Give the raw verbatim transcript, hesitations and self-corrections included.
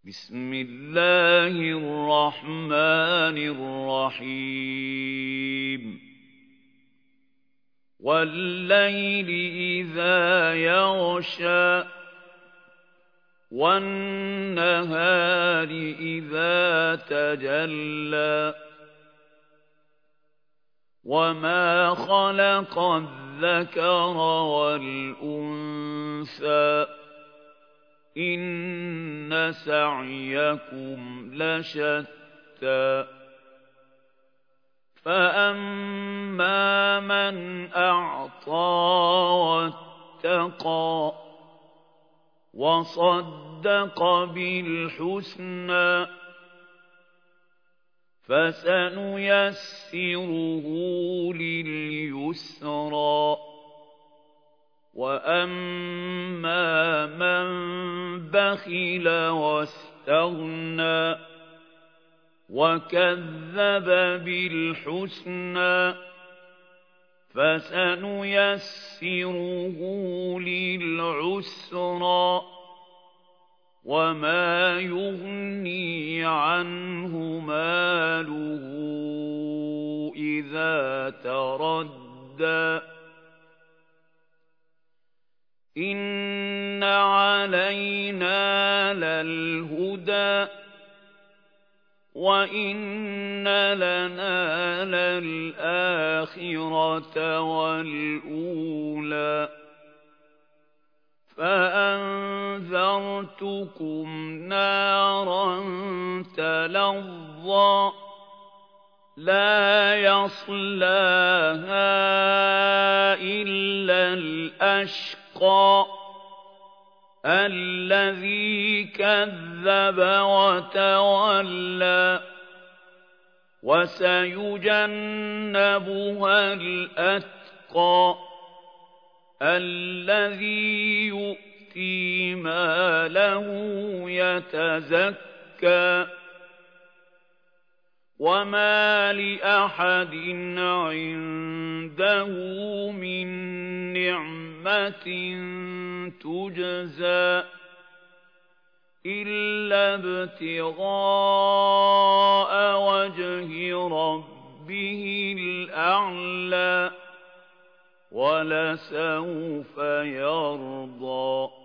بسم الله الرحمن الرحيم والليل إذا يغشى والنهار إذا تجلى وما خلق الذكر والأنثى إن سعيكم لشتى فأما من أعطى واتقى وصدق بالحسنى فسنيسره لليسرى وأما من بخل واستغنى وكذب بالحسنى فسنيسره للعسرى وما يغني عنه ماله إذا تردى إن علينا للهدى وإن لنا للآخرة والأولى فأنذرتكم نارا تلظى لا يصلاها إلا الأشقى الذي كذب وتولى وسيجنبها الأتقى الذي يؤتي ماله يتزكى وما لأحد عنده من نعمة تجزى إلا ابتغاء وجه ربه الأعلى ولسوف يرضى.